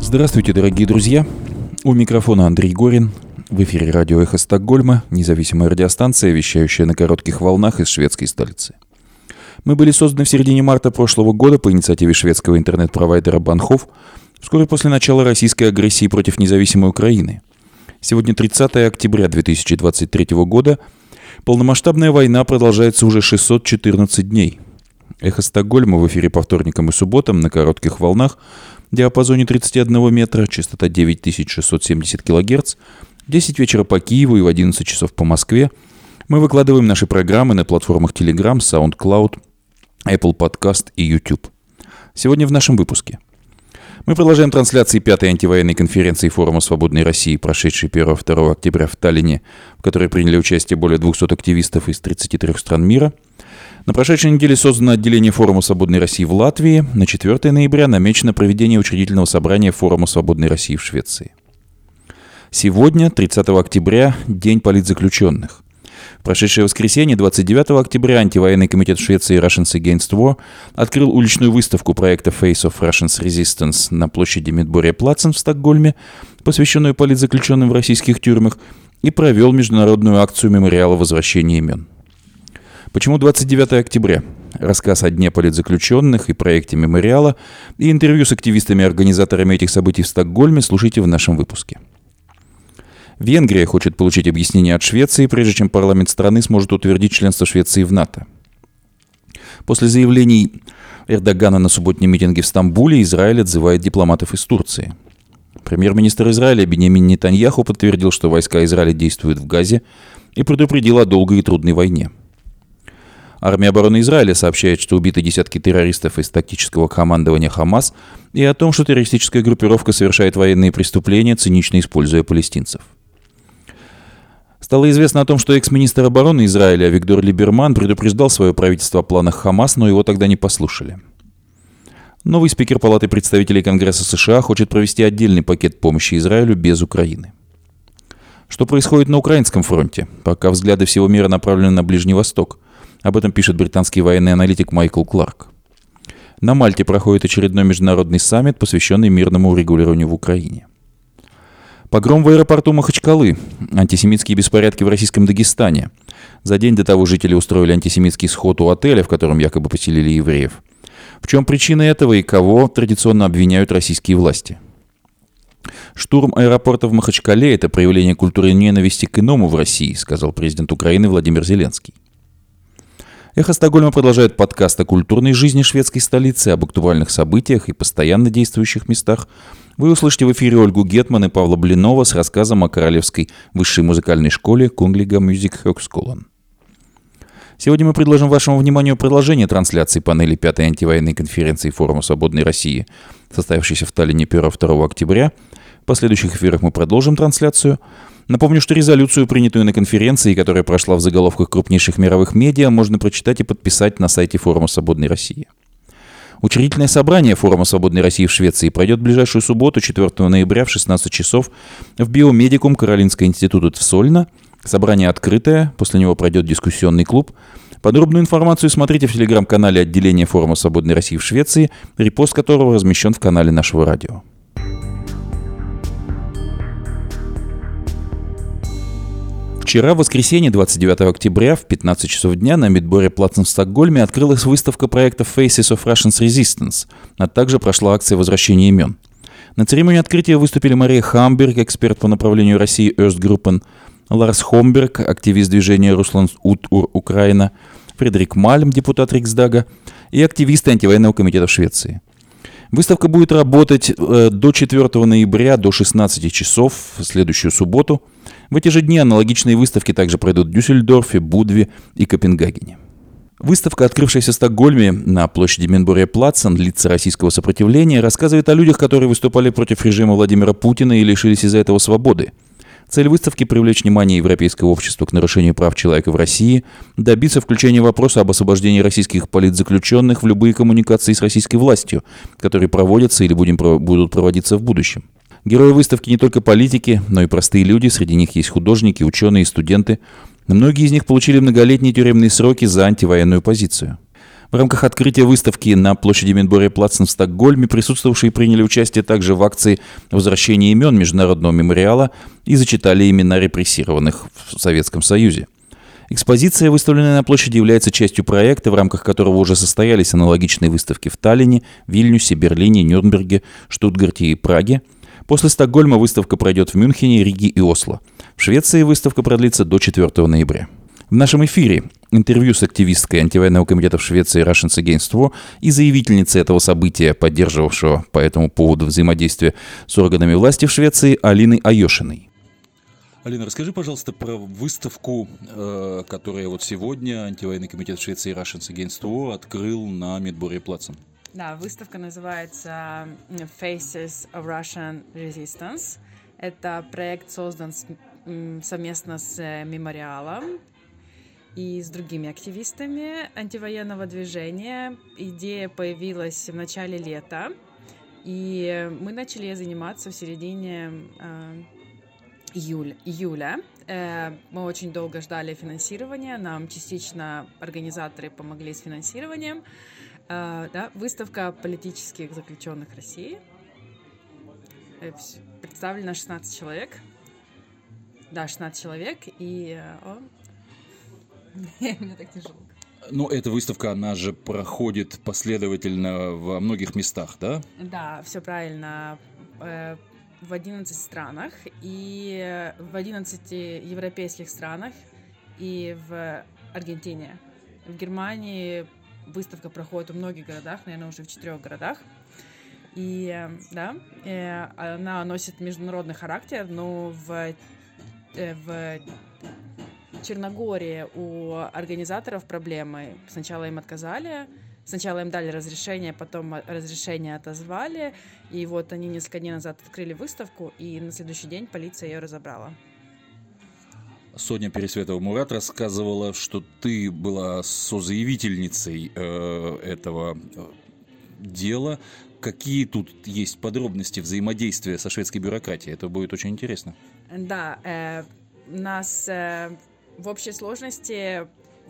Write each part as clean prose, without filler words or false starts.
Здравствуйте, дорогие друзья. У микрофона Андрей Горин. В эфире радио «Эхо Стокгольма», независимая радиостанция, вещающая на коротких волнах из шведской столицы. Мы были созданы в середине марта прошлого года по инициативе шведского интернет-провайдера Банхов, вскоре после начала российской агрессии против независимой Украины. Сегодня 30 октября 2023 года. Полномасштабная война продолжается уже 614 дней. «Эхо Стокгольма» в эфире по вторникам и субботам на коротких волнах в диапазоне 31 метра, частота 9670 кГц, в 10 вечера по Киеву и в 11 часов по Москве. Мы выкладываем наши программы на платформах Telegram, SoundCloud, Apple Podcast и YouTube. Сегодня в нашем выпуске. Мы продолжаем трансляции 5-й антивоенной конференции Форума Свободной России, прошедшей 1-2 октября в Таллине, в которой приняли участие более 200 активистов из 33 стран мира. На прошедшей неделе создано отделение Форума Свободной России в Латвии. На 4 ноября намечено проведение учредительного собрания Форума Свободной России в Швеции. Сегодня, 30 октября, День политзаключенных. В прошедшее воскресенье, 29 октября, антивоенный комитет Швеции Russians Against War открыл уличную выставку проекта Face of Russia's Resistance на площади Медборья-Плацен в Стокгольме, посвященную политзаключенным в российских тюрьмах, и провел международную акцию мемориала возвращения имен. Почему 29 октября? Рассказ о Дне политзаключенных и проекте мемориала и интервью с активистами и организаторами этих событий в Стокгольме слушайте в нашем выпуске. Венгрия хочет получить объяснение от Швеции, прежде чем парламент страны сможет утвердить членство Швеции в НАТО. После заявлений Эрдогана на субботнем митинге в Стамбуле Израиль отзывает дипломатов из Турции. Премьер-министр Израиля Биньямин Нетаньяху подтвердил, что войска Израиля действуют в Газе, и предупредил о долгой и трудной войне. Армия обороны Израиля сообщает, что убиты десятки террористов из тактического командования Хамас и о том, что террористическая группировка совершает военные преступления, цинично используя палестинцев. Стало известно о том, что экс-министр обороны Израиля Виктор Либерман предупреждал свое правительство о планах Хамас, но его тогда не послушали. Новый спикер Палаты представителей Конгресса США хочет провести отдельный пакет помощи Израилю без Украины. Что происходит на украинском фронте? Пока взгляды всего мира направлены на Ближний Восток. Об этом пишет британский военный аналитик Майкл Кларк. На Мальте проходит очередной международный саммит, посвященный мирному урегулированию в Украине. Погром в аэропорту Махачкалы. Антисемитские беспорядки в российском Дагестане. За день до того жители устроили антисемитский сход у отеля, в котором якобы поселили евреев. В чем причина этого и кого традиционно обвиняют российские власти? Штурм аэропорта в Махачкале – это проявление культуры ненависти к иному в России, сказал президент Украины Владимир Зеленский. «Эхо Стокгольма» продолжает подкаст о культурной жизни шведской столицы, об актуальных событиях и постоянно действующих местах. Вы услышите в эфире Ольгу Гетман и Павла Блинова с рассказом о Королевской высшей музыкальной школе Kungliga Musikhögskolan. Сегодня мы предложим вашему вниманию продолжение трансляции панели 5-й антивоенной конференции Форума Свободной России, состоявшейся в Таллине 1-2 октября. В последующих эфирах мы продолжим трансляцию. Напомню, что резолюцию, принятую на конференции, которая прошла в заголовках крупнейших мировых медиа, можно прочитать и подписать на сайте Форума Свободной России. Учредительное собрание Форума Свободной России в Швеции пройдет в ближайшую субботу, 4 ноября в 16 часов в Биомедикум Каролинского института в Сольно. Собрание открытое, после него пройдет дискуссионный клуб. Подробную информацию смотрите в телеграм-канале отделения Форума Свободной России в Швеции, репост которого размещен в канале нашего радио. Вчера, в воскресенье, 29 октября, в 15 часов дня на Медборья-Плацен в Стокгольме открылась выставка проекта Faces of Russia's Resistance, а также прошла акция возвращения имен. На церемонии открытия выступили Мария Хамберг, эксперт по направлению России Östgruppen, Ларс Хомберг, активист движения Русланд Ut-Ur Украина, Фредерик Мальм, депутат Риксдага, и активисты антивоенного комитета в Швеции. Выставка будет работать до 4 ноября до 16 часов в следующую субботу. В эти же дни аналогичные выставки также пройдут в Дюссельдорфе, Будве и Копенгагене. Выставка, открывшаяся в Стокгольме на площади Медборья-Плацен, лица российского сопротивления, рассказывает о людях, которые выступали против режима Владимира Путина и лишились из-за этого свободы. Цель выставки – привлечь внимание европейского общества к нарушению прав человека в России, добиться включения вопроса об освобождении российских политзаключенных в любые коммуникации с российской властью, которые проводятся или будут проводиться в будущем. Герои выставки не только политики, но и простые люди, среди них есть художники, ученые и студенты. Многие из них получили многолетние тюремные сроки за антивоенную позицию. В рамках открытия выставки на площади Медборгпlatsen в Стокгольме присутствовавшие приняли участие также в акции возвращения имен Международного мемориала и зачитали имена репрессированных в Советском Союзе. Экспозиция, выставленная на площади, является частью проекта, в рамках которого уже состоялись аналогичные выставки в Таллине, Вильнюсе, Берлине, Нюрнберге, Штутгарте и Праге. После Стокгольма выставка пройдет в Мюнхене, Риге и Осло. В Швеции выставка продлится до 4 ноября. В нашем эфире интервью с активисткой антивоенного комитета в Швеции Russians Against War и заявительницей этого события, поддерживавшего по этому поводу взаимодействие с органами власти в Швеции, Алиной Айошиной. Алина, расскажи, пожалуйста, про выставку, которую вот сегодня антивоенный комитет в Швеции Russians Against War открыл на Медборгпlatsen. Да, выставка называется Faces of Russian Resistance. Это проект создан совместно с мемориалом и с другими активистами антивоенного движения. Идея появилась в начале лета, и мы начали ей заниматься в середине июля. Мы очень долго ждали финансирования, нам частично организаторы помогли с финансированием. Да, выставка политических заключенных России. Представлено 16 человек. Да, 16 человек, и мне так тяжело. Ну, эта выставка, она же проходит последовательно во многих местах, да? Да, все правильно. В 11 странах, и в 11 европейских странах, и в Аргентине. В Германии выставка проходит в многих городах, наверное, уже в 4 городах. И да, она носит международный характер, но в Черногории у организаторов проблемы. Сначала им отказали, сначала им дали разрешение, потом разрешение отозвали. И вот они несколько дней назад открыли выставку, и на следующий день полиция ее разобрала. Соня Пересветова-Мурат рассказывала, что ты была созаявительницей этого дела. Какие тут есть подробности взаимодействия со шведской бюрократией? Это будет очень интересно. Да, нас в общей сложности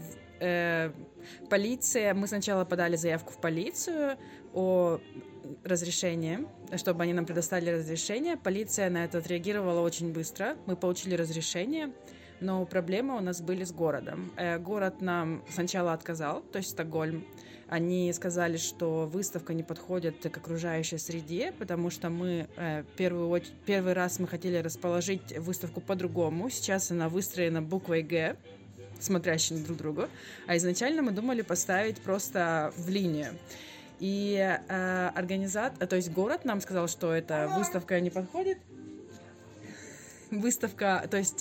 полиция... Мы сначала подали заявку в полицию о разрешении, чтобы они нам предоставили разрешение. Полиция на это отреагировала очень быстро. Мы получили разрешение, но проблемы у нас были с городом. Город нам сначала отказал, то есть Стокгольм. Они сказали, что выставка не подходит к окружающей среде, потому что мы первый раз мы хотели расположить выставку по-другому. Сейчас она выстроена буквой «Г», смотрящей друг к другу. А изначально мы думали поставить просто в линию. И то есть город нам сказал, что эта выставка не подходит. Выставка, то есть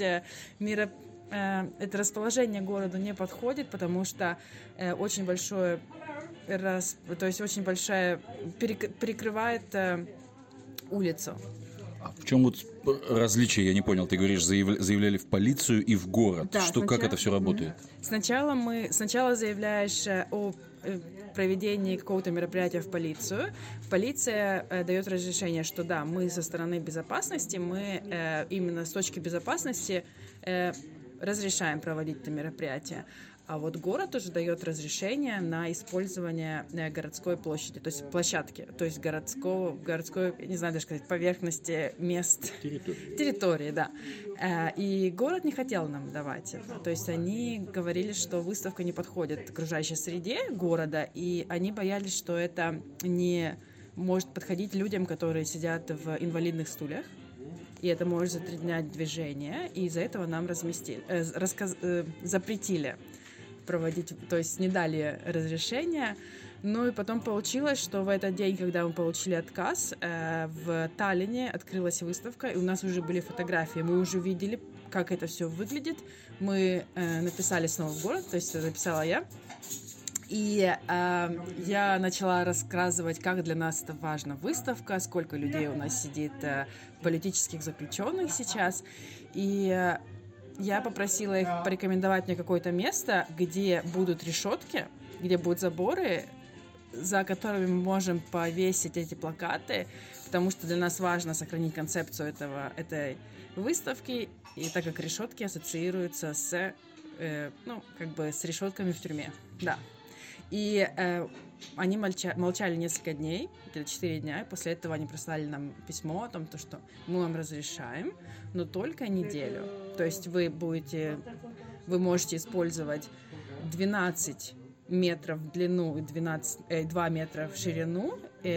это расположение городу не подходит, потому что очень большое то есть очень большая перекрывает улицу. А в чем вот различие? Я не понял. Ты говоришь, заявляли в полицию и в город. Да, как это все работает? Сначала заявляешь о проведении какого-то мероприятия в полицию. Полиция дает разрешение, что да, мы со стороны безопасности, мы именно с точки безопасности разрешаем проводить это мероприятие. А вот город уже дает разрешение на использование городской площади, то есть площадки, то есть городской, не знаю даже сказать, поверхности мест. Территории, да. И город не хотел нам давать это. То есть они говорили, что выставка не подходит к окружающей среде города, и они боялись, что это не может подходить людям, которые сидят в инвалидных стульях. И это может затруднять движение, и из-за этого нам запретили проводить, то есть не дали разрешения. Ну и потом получилось, что в этот день, когда мы получили отказ, в Таллине открылась выставка, и у нас уже были фотографии, мы уже видели, как это все выглядит. Мы написали снова в город, то есть это написала я. И я начала рассказывать, как для нас это важна выставка, сколько людей у нас сидит политических заключенных сейчас. И я попросила их порекомендовать мне какое-то место, где будут решетки, где будут заборы, за которыми мы можем повесить эти плакаты, потому что для нас важно сохранить концепцию этой выставки, и так как решетки ассоциируются с решетками в тюрьме. Да. И они молчали несколько дней, где-то 4 дня, и после этого они прислали нам письмо о том, что мы вам разрешаем, но только неделю. То есть вы можете использовать 12 метров в длину и 2 метра в ширину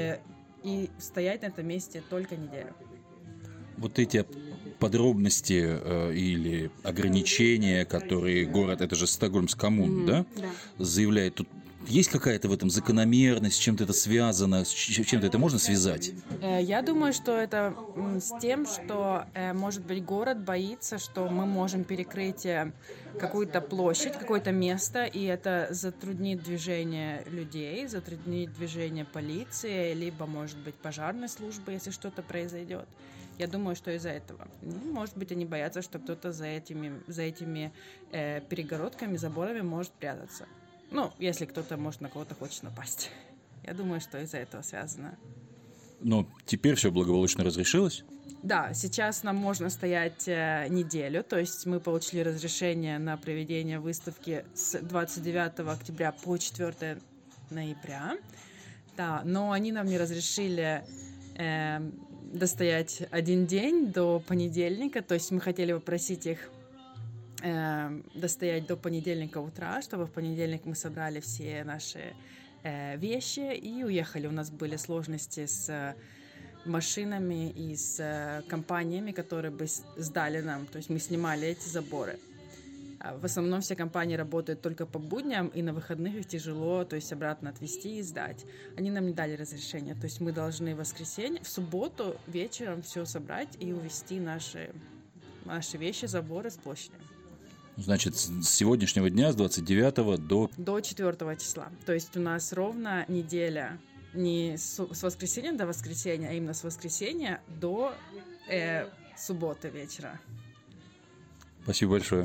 и стоять на этом месте только неделю. Вот эти подробности или ограничения, которые город, это же Стокгольмс коммун, да, заявляет, тут есть какая-то в этом закономерность, с чем-то это связано, с чем-то это можно связать? Я думаю, что это с тем, что, может быть, город боится, что мы можем перекрыть какую-то площадь, какое-то место, и это затруднит движение людей, затруднит движение полиции, либо, может быть, пожарной службы, если что-то произойдет. Я думаю, что из-за этого. Может быть, они боятся, что кто-то за этими перегородками, заборами может прятаться. Если кто-то, может, на кого-то хочет напасть. Я думаю, что из-за этого связано. Но теперь все благополучно разрешилось? Да, сейчас нам можно стоять неделю, то есть мы получили разрешение на проведение выставки с 29 октября по 4 ноября. Да, но они нам не разрешили достоять один день до понедельника, то есть мы хотели попросить их достоять до понедельника утра, чтобы в понедельник мы собрали все наши вещи и уехали. У нас были сложности с машинами и с компаниями, которые бы сдали нам. То есть мы снимали эти заборы. В основном все компании работают только по будням, и на выходных их тяжело, то есть обратно отвезти и сдать. Они нам не дали разрешения. То есть мы должны в субботу вечером все собрать и увезти наши вещи, заборы с площади. Значит, с сегодняшнего дня, с 29 до 4 числа. То есть у нас ровно неделя не с воскресенья до воскресенья, а именно с воскресенья до субботы вечера. Спасибо большое.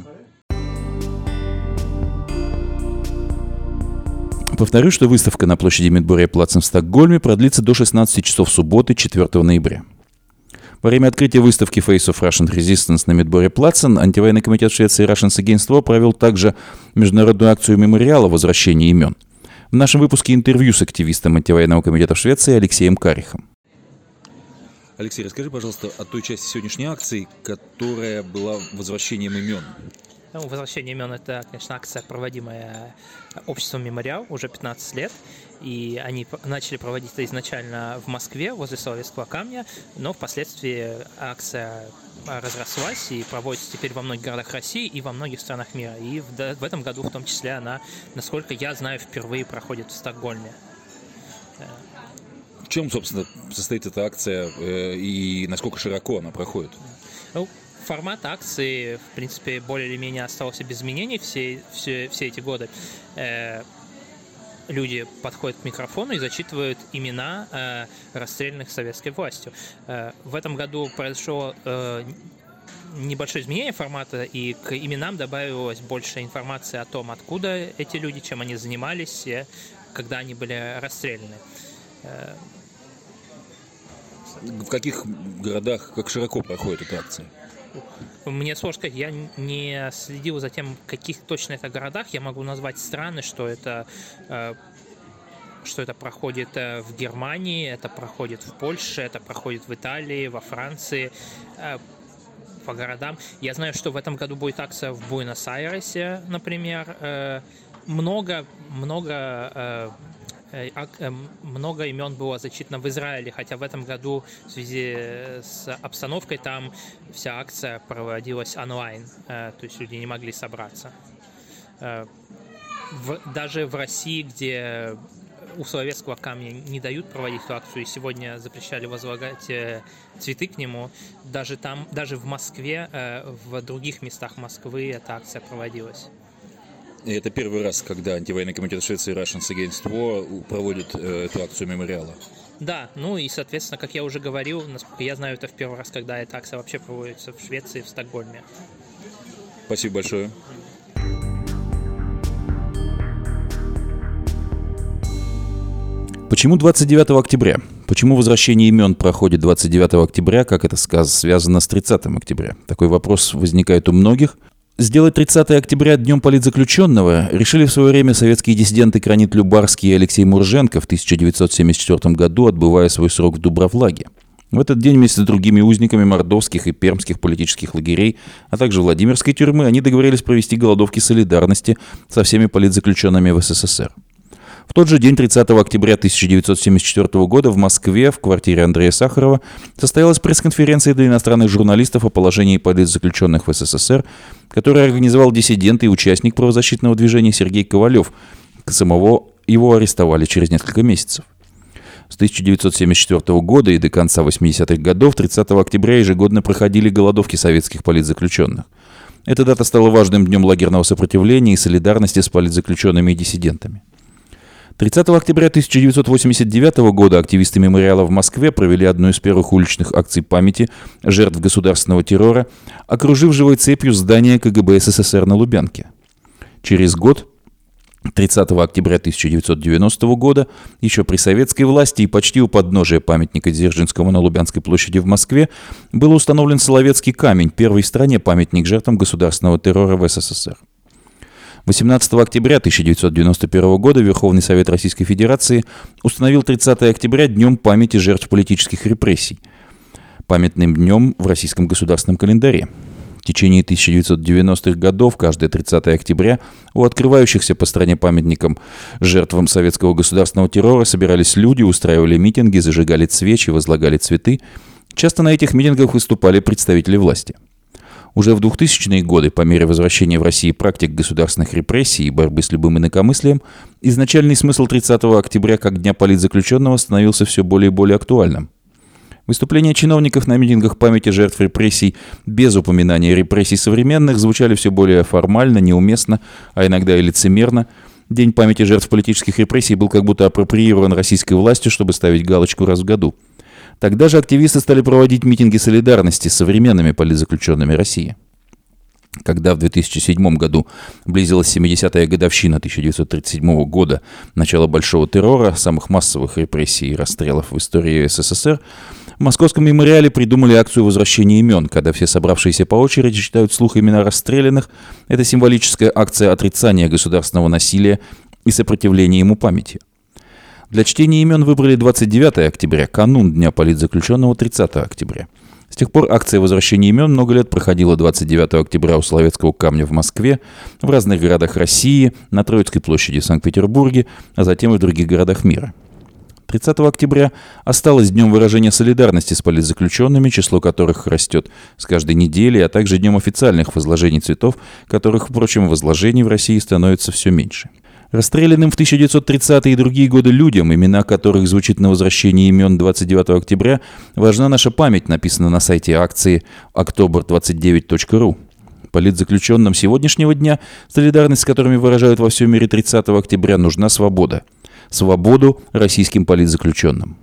Повторю, что выставка на площади Медбория-Плацен в Стокгольме продлится до 16 часов субботы, 4 ноября. Во время открытия выставки Face of Russian Resistance на Медбория-Плацен антивоенный комитет Швеции Russians Against War провел также международную акцию мемориала возвращения имен. В нашем выпуске интервью с активистом антивоенного комитета в Швеции Алексеем Карихом. Алексей, расскажи, пожалуйста, о той части сегодняшней акции, которая была возвращением имен. Возвращение имен – это, конечно, акция, проводимая обществом «Мемориал» уже 15 лет. И они начали проводить это изначально в Москве, возле Соловецкого камня, но впоследствии акция разрослась и проводится теперь во многих городах России и во многих странах мира. И в этом году, в том числе, она, насколько я знаю, впервые проходит в Стокгольме. В чем, собственно, состоит эта акция и насколько широко она проходит? Формат акции, в принципе, более или менее остался без изменений все эти годы. Люди подходят к микрофону и зачитывают имена расстрелянных советской властью. В этом году произошло небольшое изменение формата, и к именам добавилось больше информации о том, откуда эти люди, чем они занимались, когда они были расстреляны. В каких городах, как широко проходит эта акция? Мне сложно сказать, я не следил за тем, в каких точно это городах. Я могу назвать страны, что это проходит в Германии, это проходит в Польше, это проходит в Италии, во Франции, по городам. Я знаю, что в этом году будет акция в Буэнос-Айресе, например. Много имен было зачитано в Израиле, хотя в этом году в связи с обстановкой там вся акция проводилась онлайн, то есть люди не могли собраться. Даже в России, где у Соловецкого камня не дают проводить эту акцию, и сегодня запрещали возлагать цветы к нему, даже в Москве, в других местах Москвы эта акция проводилась. И это первый раз, когда антивоенный комитет Швеции Russians Against War проводит эту акцию мемориала. Да, и, соответственно, как я уже говорил, насколько я знаю, это в первый раз, когда эта акция вообще проводится в Швеции, в Стокгольме. Спасибо большое. Почему 29 октября? Почему возвращение имен проходит 29 октября, как это связано с 30 октября? Такой вопрос возникает у многих. Сделать 30 октября днем политзаключенного решили в свое время советские диссиденты Кранит Любарский и Алексей Мурженко в 1974 году, отбывая свой срок в Дубровлаге. В этот день вместе с другими узниками мордовских и пермских политических лагерей, а также Владимирской тюрьмы, они договорились провести голодовки солидарности со всеми политзаключенными в СССР. В тот же день, 30 октября 1974 года, в Москве, в квартире Андрея Сахарова, состоялась пресс-конференция для иностранных журналистов о положении политзаключенных в СССР, которую организовал диссидент и участник правозащитного движения Сергей Ковалев. Самого его арестовали через несколько месяцев. С 1974 года и до конца 80-х годов 30 октября ежегодно проходили голодовки советских политзаключенных. Эта дата стала важным днем лагерного сопротивления и солидарности с политзаключенными и диссидентами. 30 октября 1989 года активисты мемориала в Москве провели одну из первых уличных акций памяти жертв государственного террора, окружив живой цепью здание КГБ СССР на Лубянке. Через год, 30 октября 1990 года, еще при советской власти и почти у подножия памятника Дзержинскому на Лубянской площади в Москве был установлен Соловецкий камень, первый в стране памятник жертвам государственного террора в СССР. 18 октября 1991 года Верховный Совет Российской Федерации установил 30 октября днем памяти жертв политических репрессий, памятным днем в российском государственном календаре. В течение 1990-х годов, каждое 30 октября, у открывающихся по стране памятникам жертвам советского государственного террора собирались люди, устраивали митинги, зажигали свечи, возлагали цветы. Часто на этих митингах выступали представители власти. Уже в 2000-е годы, по мере возвращения в России практик государственных репрессий и борьбы с любым инакомыслием, изначальный смысл 30 октября как Дня политзаключенного становился все более и более актуальным. Выступления чиновников на митингах памяти жертв репрессий без упоминания репрессий современных звучали все более формально, неуместно, а иногда и лицемерно. День памяти жертв политических репрессий был как будто апроприирован российской властью, чтобы ставить галочку раз в году. Тогда же активисты стали проводить митинги солидарности с современными политзаключенными России. Когда в 2007 году близилась 70-я годовщина 1937 года, начала большого террора, самых массовых репрессий и расстрелов в истории СССР, в Московском мемориале придумали акцию возвращения имен, когда все собравшиеся по очереди читают вслух имена расстрелянных. Это символическая акция отрицания государственного насилия и сопротивления ему памяти. Для чтения имен выбрали 29 октября, канун Дня политзаключенного 30 октября. С тех пор акция возвращения имен много лет проходила 29 октября у Соловецкого камня в Москве, в разных городах России, на Троицкой площади в Санкт-Петербурге, а затем и в других городах мира. 30 октября осталось днем выражения солидарности с политзаключенными, число которых растет с каждой недели, а также днем официальных возложений цветов, которых, впрочем, возложений в России становится все меньше. Расстрелянным в 1930-е и другие годы людям, имена которых звучит на возвращении имен 29 октября, важна наша память, написана на сайте акции october29.ru. Политзаключенным сегодняшнего дня, солидарность с которыми выражают во всем мире 30 октября, нужна свобода. Свободу российским политзаключенным.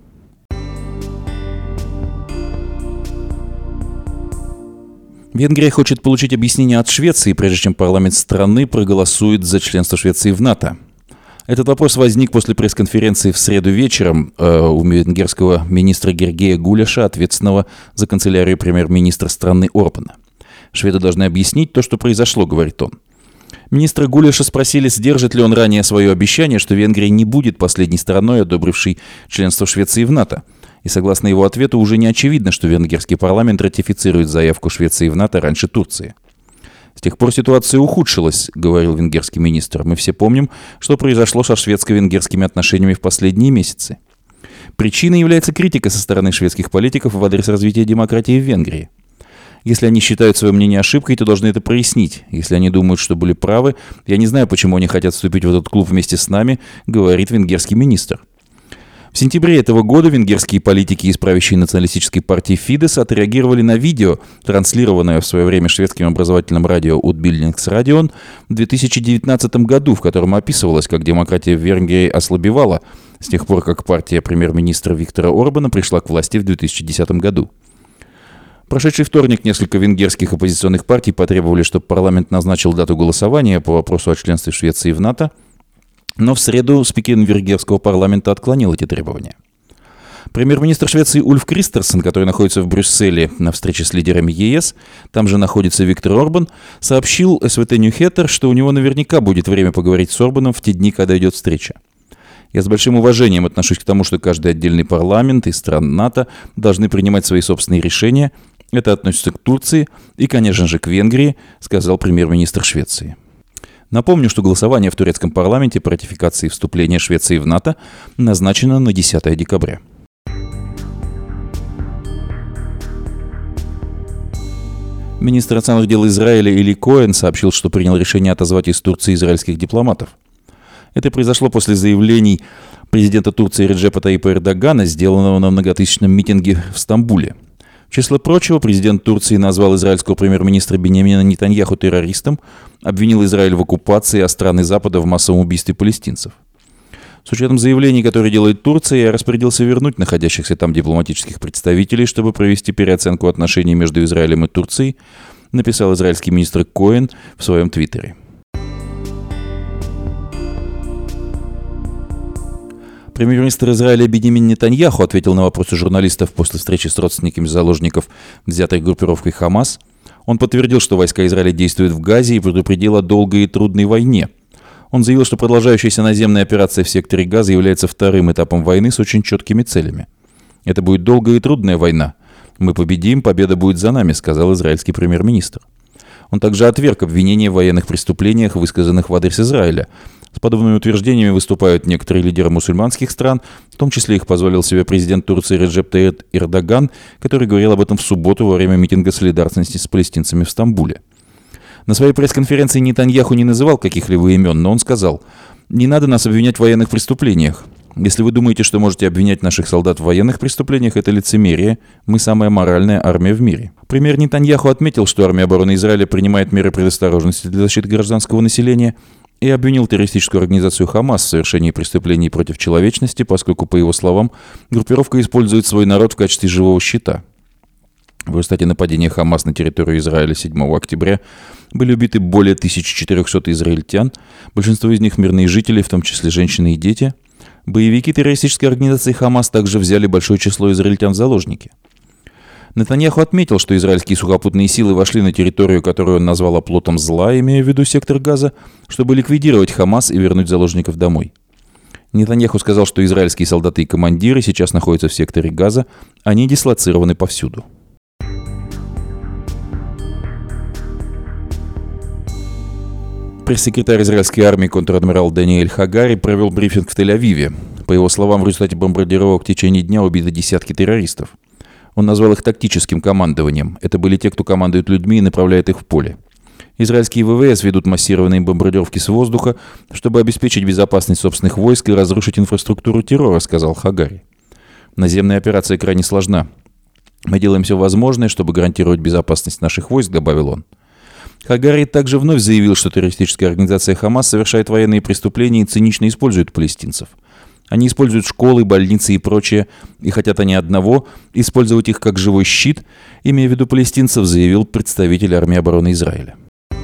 Венгрия хочет получить объяснение от Швеции, прежде чем парламент страны проголосует за членство Швеции в НАТО. Этот вопрос возник после пресс-конференции в среду вечером у венгерского министра Гергея Гуляша, ответственного за канцелярию премьер-министра страны Орбана. Шведы должны объяснить то, что произошло, говорит он. Министра Гуляша спросили, сдержит ли он ранее свое обещание, что Венгрия не будет последней страной, одобрившей членство Швеции в НАТО. И согласно его ответу, уже не очевидно, что венгерский парламент ратифицирует заявку Швеции в НАТО раньше Турции. С тех пор ситуация ухудшилась, говорил венгерский министр. Мы все помним, что произошло со шведско-венгерскими отношениями в последние месяцы. Причиной является критика со стороны шведских политиков в адрес развития демократии в Венгрии. Если они считают свое мнение ошибкой, то должны это прояснить. Если они думают, что были правы, я не знаю, почему они хотят вступить в этот клуб вместе с нами, говорит венгерский министр. В сентябре этого года венгерские политики из правящей националистической партии Фидес отреагировали на видео, транслированное в свое время шведским образовательным радио Utbildningsradion в 2019 году, в котором описывалось, как демократия в Венгрии ослабевала с тех пор, как партия премьер-министра Виктора Орбана пришла к власти в 2010 году. Прошедший вторник несколько венгерских оппозиционных партий потребовали, чтобы парламент назначил дату голосования по вопросу о членстве Швеции в НАТО, но в среду спикер венгерского парламента отклонил эти требования. Премьер-министр Швеции Ульф Кристерсон, который находится в Брюсселе на встрече с лидерами ЕС, там же находится Виктор Орбан, сообщил СВТ Ньюхеттер, что у него наверняка будет время поговорить с Орбаном в те дни, когда идет встреча. Я с большим уважением отношусь к тому, что каждый отдельный парламент и стран НАТО должны принимать свои собственные решения. Это относится к Турции и, конечно же, к Венгрии, сказал премьер-министр Швеции. Напомню, что голосование в турецком парламенте по ратификации вступления Швеции в НАТО назначено на 10 декабря. Министр иностранных дел Израиля Эли Коэн сообщил, что принял решение отозвать из Турции израильских дипломатов. Это произошло после заявлений президента Турции Реджепа Таипа Эрдогана, сделанного на многотысячном митинге в Стамбуле. В число прочего, президент Турции назвал израильского премьер-министра Биньямина Нетаньяху террористом, обвинил Израиль в оккупации, а страны Запада в массовом убийстве палестинцев. С учетом заявлений, которые делает Турция, я распорядился вернуть находящихся там дипломатических представителей, чтобы провести переоценку отношений между Израилем и Турцией, написал израильский министр Коэн в своем твиттере. Премьер-министр Израиля Биньямин Нетаньяху ответил на вопросы журналистов после встречи с родственниками заложников, взятой группировкой Хамас. Он подтвердил, что войска Израиля действуют в Газе и предупредил о долгой и трудной войне. Он заявил, что продолжающаяся наземная операция в секторе Газа является вторым этапом войны с очень четкими целями. «Это будет долгая и трудная война. Мы победим, победа будет за нами», — сказал израильский премьер-министр. Он также отверг обвинения в военных преступлениях, высказанных в адрес Израиля. С подобными утверждениями выступают некоторые лидеры мусульманских стран, в том числе их позволил себе президент Турции Реджеп Таип Эрдоган, который говорил об этом в субботу во время митинга солидарности с палестинцами в Стамбуле. На своей пресс-конференции Нетаньяху не называл каких-либо имен, но он сказал: «Не надо нас обвинять в военных преступлениях. Если вы думаете, что можете обвинять наших солдат в военных преступлениях, это лицемерие. Мы самая моральная армия в мире». Премьер Нетаньяху отметил, что армия обороны Израиля принимает меры предосторожности для защиты гражданского населения, и обвинил террористическую организацию Хамас в совершении преступлений против человечности, поскольку, по его словам, группировка использует свой народ в качестве живого щита. В результате нападения Хамас на территорию Израиля 7 октября были убиты более 1400 израильтян, большинство из них мирные жители, в том числе женщины и дети. Боевики террористической организации Хамас также взяли большое число израильтян в заложники. Нетаньяху отметил, что израильские сухопутные силы вошли на территорию, которую он назвал оплотом зла, имея в виду сектор Газа, чтобы ликвидировать Хамас и вернуть заложников домой. Нетаньяху сказал, что израильские солдаты и командиры сейчас находятся в секторе Газа, они дислоцированы повсюду. Пресс-секретарь израильской армии контр-адмирал Даниэль Хагари провел брифинг в Тель-Авиве. По его словам, в результате бомбардировок в течение дня убиты десятки террористов. Он назвал их тактическим командованием. Это были те, кто командует людьми и направляет их в поле. Израильские ВВС ведут массированные бомбардировки с воздуха, чтобы обеспечить безопасность собственных войск и разрушить инфраструктуру террора, сказал Хагари. Наземная операция крайне сложна. Мы делаем все возможное, чтобы гарантировать безопасность наших войск, добавил он. Хагари также вновь заявил, что террористическая организация Хамас совершает военные преступления и цинично использует палестинцев. Они используют школы, больницы и прочее, и хотят они одного — использовать их как живой щит, имея в виду палестинцев, заявил представитель армии обороны Израиля.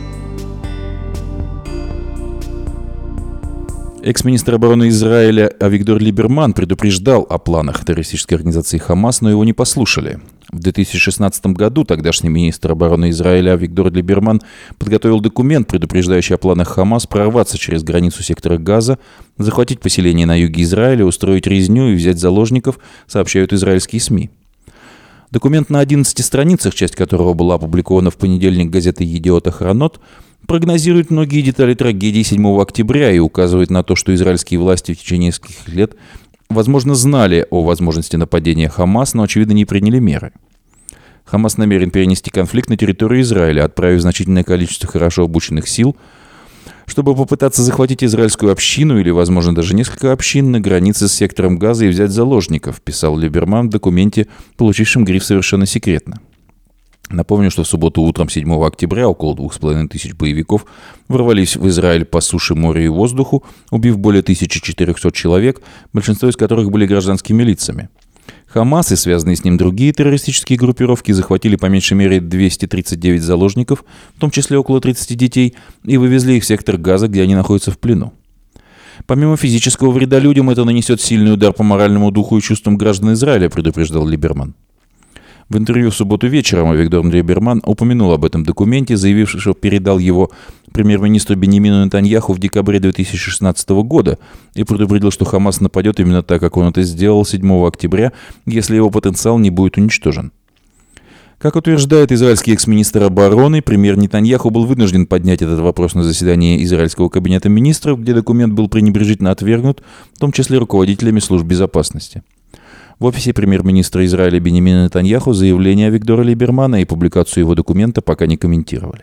Экс-министр обороны Израиля Авигдор Либерман предупреждал о планах террористической организации Хамас, но его не послушали. В 2016 году тогдашний министр обороны Израиля Авигдор Либерман подготовил документ, предупреждающий о планах Хамас прорваться через границу сектора Газа, захватить поселение на юге Израиля, устроить резню и взять заложников, сообщают израильские СМИ. Документ на 11 страницах, часть которого была опубликована в понедельник газетой «Едиот Ахронот», прогнозирует многие детали трагедии 7 октября и указывает на то, что израильские власти в течение нескольких лет, возможно, знали о возможности нападения Хамас, но, очевидно, не приняли меры. Хамас намерен перенести конфликт на территорию Израиля, отправив значительное количество хорошо обученных сил, чтобы попытаться захватить израильскую общину или, возможно, даже несколько общин на границе с сектором Газа и взять заложников, писал Либерман в документе, получившем гриф «Совершенно секретно». Напомню, что в субботу утром 7 октября около 2500 боевиков ворвались в Израиль по суше, морю и воздуху, убив более 1400 человек, большинство из которых были гражданскими лицами. Хамас и связанные с ним другие террористические группировки захватили по меньшей мере 239 заложников, в том числе около 30 детей, и вывезли их в сектор Газа, где они находятся в плену. Помимо физического вреда людям, это нанесет сильный удар по моральному духу и чувствам граждан Израиля, предупреждал Либерман. В интервью в субботу вечером Авигдор Либерман упомянул об этом документе, заявив, что передал его премьер-министру Биньямину Нетаньяху в декабре 2016 года и предупредил, что Хамас нападет именно так, как он это сделал 7 октября, если его потенциал не будет уничтожен. Как утверждает израильский экс-министр обороны, премьер Нетаньяху был вынужден поднять этот вопрос на заседании израильского кабинета министров, где документ был пренебрежительно отвергнут, в том числе руководителями служб безопасности. В офисе премьер-министра Израиля Биньямина Нетаньяху заявление Авигдора Либермана и публикацию его документа пока не комментировали.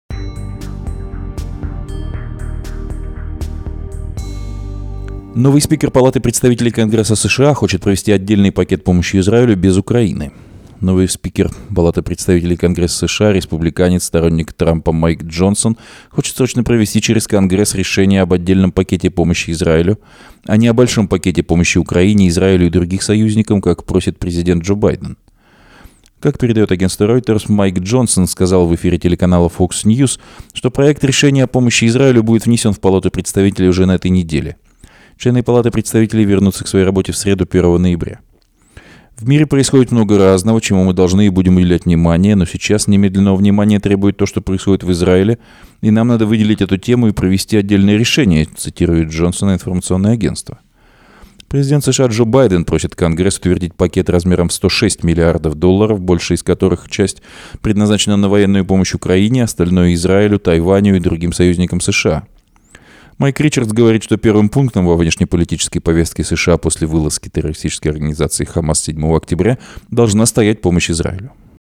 Новый спикер Палаты представителей Конгресса США хочет провести отдельный пакет помощи Израилю без Украины. Новый спикер Палаты представителей Конгресса США, республиканец, сторонник Трампа Майк Джонсон, хочет срочно провести через Конгресс решение об отдельном пакете помощи Израилю, а не о большом пакете помощи Украине, Израилю и других союзникам, как просит президент Джо Байден. Как передает агентство Reuters, Майк Джонсон сказал в эфире телеканала Fox News, что проект решения о помощи Израилю будет внесен в Палату представителей уже на этой неделе. Члены Палаты представителей вернутся к своей работе в среду 1 ноября. В мире происходит много разного, чему мы должны и будем уделять внимание, но сейчас немедленного внимания требует то, что происходит в Израиле, и нам надо выделить эту тему и провести отдельное решение, цитирует Джонсона информационное агентство. Президент США Джо Байден просит Конгресс утвердить пакет размером в $106 миллиардов, большая из которых часть предназначена на военную помощь Украине, остальное Израилю, Тайваню и другим союзникам США. Майк Ричардс говорит, что первым пунктом во внешнеполитической повестке США после вылазки террористической организации Хамас 7 октября должна стоять помощь Израилю.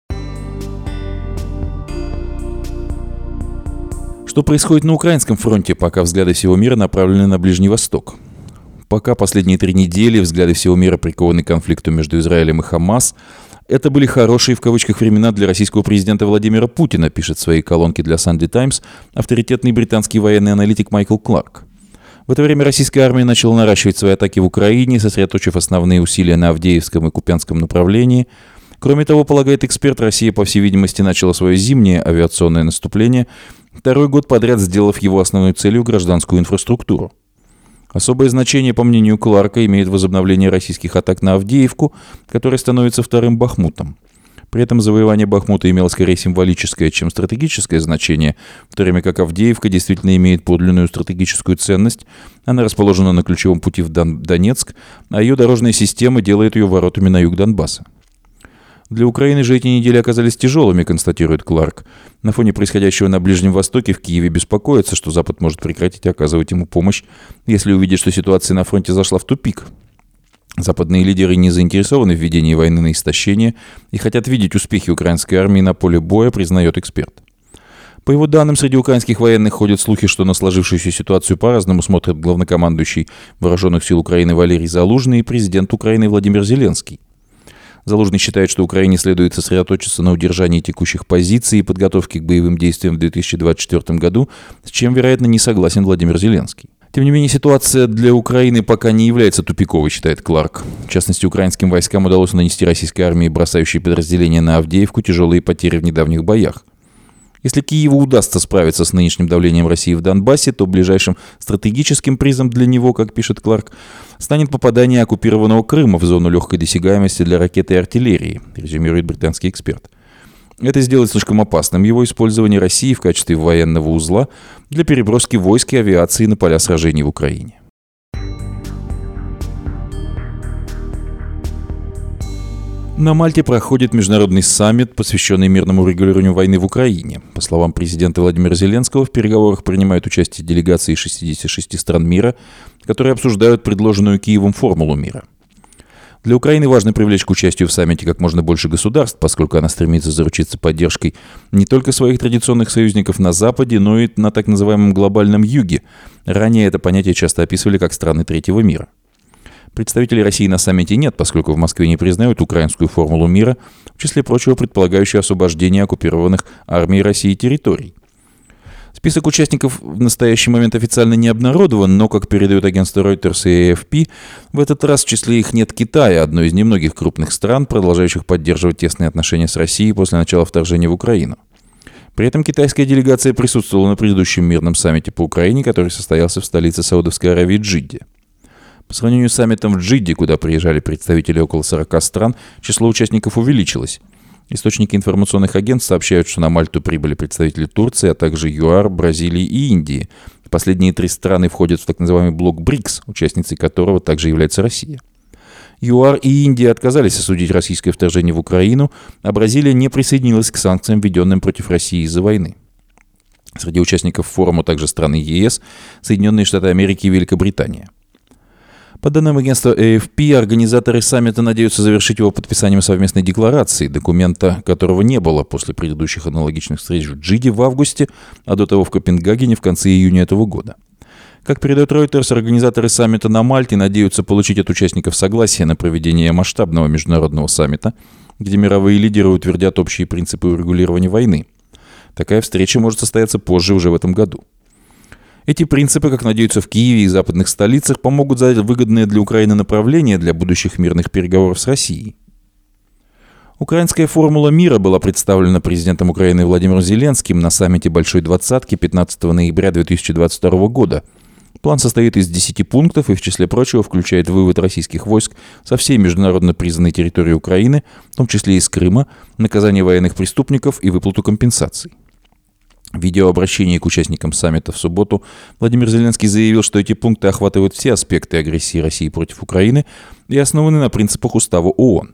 Что происходит на украинском фронте, пока взгляды всего мира направлены на Ближний Восток? Пока последние 3 недели взгляды всего мира прикованы к конфликту между Израилем и Хамас, это были хорошие в кавычках времена для российского президента Владимира Путина, пишет в своей колонке для Sunday Times авторитетный британский военный аналитик Майкл Кларк. В это время российская армия начала наращивать свои атаки в Украине, сосредоточив основные усилия на Авдеевском и Купянском направлении. Кроме того, полагает эксперт, Россия, по всей видимости, начала свое зимнее авиационное наступление, 2-й год подряд сделав его основной целью гражданскую инфраструктуру. Особое значение, по мнению Кларка, имеет возобновление российских атак на Авдеевку, которая становится 2-м Бахмутом. При этом завоевание Бахмута имело скорее символическое, чем стратегическое значение, в то время как Авдеевка действительно имеет подлинную стратегическую ценность. Она расположена на ключевом пути в Донецк, а ее дорожная система делает ее воротами на юг Донбасса. Для Украины же эти недели оказались тяжелыми, констатирует Кларк. На фоне происходящего на Ближнем Востоке в Киеве беспокоится, что Запад может прекратить оказывать ему помощь, если увидит, что ситуация на фронте зашла в тупик. Западные лидеры не заинтересованы в ведении войны на истощение и хотят видеть успехи украинской армии на поле боя, признает эксперт. По его данным, среди украинских военных ходят слухи, что на сложившуюся ситуацию по-разному смотрят главнокомандующий Вооруженных сил Украины Валерий Залужный и президент Украины Владимир Зеленский. Залужный считает, что Украине следует сосредоточиться на удержании текущих позиций и подготовке к боевым действиям в 2024 году, с чем, вероятно, не согласен Владимир Зеленский. Тем не менее, ситуация для Украины пока не является тупиковой, считает Кларк. В частности, украинским войскам удалось нанести российской армии, бросающей подразделения на Авдеевку, тяжелые потери в недавних боях. Если Киеву удастся справиться с нынешним давлением России в Донбассе, то ближайшим стратегическим призом для него, как пишет Кларк, станет попадание оккупированного Крыма в зону легкой досягаемости для ракет и артиллерии, резюмирует британский эксперт. Это сделает слишком опасным его использование России в качестве военного узла для переброски войск и авиации на поля сражений в Украине. На Мальте проходит международный саммит, посвященный мирному регулированию войны в Украине. По словам президента Владимира Зеленского, в переговорах принимают участие делегации из 66 стран мира, которые обсуждают предложенную Киевом формулу мира. Для Украины важно привлечь к участию в саммите как можно больше государств, поскольку она стремится заручиться поддержкой не только своих традиционных союзников на Западе, но и на так называемом глобальном юге. Ранее это понятие часто описывали как страны третьего мира. Представителей России на саммите нет, поскольку в Москве не признают украинскую формулу мира, в числе прочего предполагающую освобождение оккупированных армией России территорий. Список участников в настоящий момент официально не обнародован, но, как передают агентства Reuters и AFP, в этот раз в числе их нет Китая, одной из немногих крупных стран, продолжающих поддерживать тесные отношения с Россией после начала вторжения в Украину. При этом китайская делегация присутствовала на предыдущем мирном саммите по Украине, который состоялся в столице Саудовской Аравии Джидде. По сравнению с саммитом в Джидде, куда приезжали представители около 40 стран, число участников увеличилось. Источники информационных агентств сообщают, что на Мальту прибыли представители Турции, а также ЮАР, Бразилии и Индии. Последние 3 страны входят в так называемый блок БРИКС, участницей которого также является Россия. ЮАР и Индия отказались осудить российское вторжение в Украину, а Бразилия не присоединилась к санкциям, введенным против России из-за войны. Среди участников форума также страны ЕС, Соединенные Штаты Америки и Великобритания. По данным агентства AFP, организаторы саммита надеются завершить его подписанием совместной декларации, документа которого не было после предыдущих аналогичных встреч в Джидде в августе, а до того в Копенгагене в конце июня этого года. Как передает Reuters, организаторы саммита на Мальте надеются получить от участников согласие на проведение масштабного международного саммита, где мировые лидеры утвердят общие принципы урегулирования войны. Такая встреча может состояться позже, уже в этом году. Эти принципы, как надеются в Киеве и западных столицах, помогут задать выгодное для Украины направление для будущих мирных переговоров с Россией. Украинская формула мира была представлена президентом Украины Владимиром Зеленским на саммите Большой Двадцатки 15 ноября 2022 года. План состоит из 10 пунктов и, в числе прочего, включает вывод российских войск со всей международно признанной территории Украины, в том числе из Крыма, наказание военных преступников и выплату компенсаций. В видеообращении к участникам саммита в субботу Владимир Зеленский заявил, что эти пункты охватывают все аспекты агрессии России против Украины и основаны на принципах Устава ООН.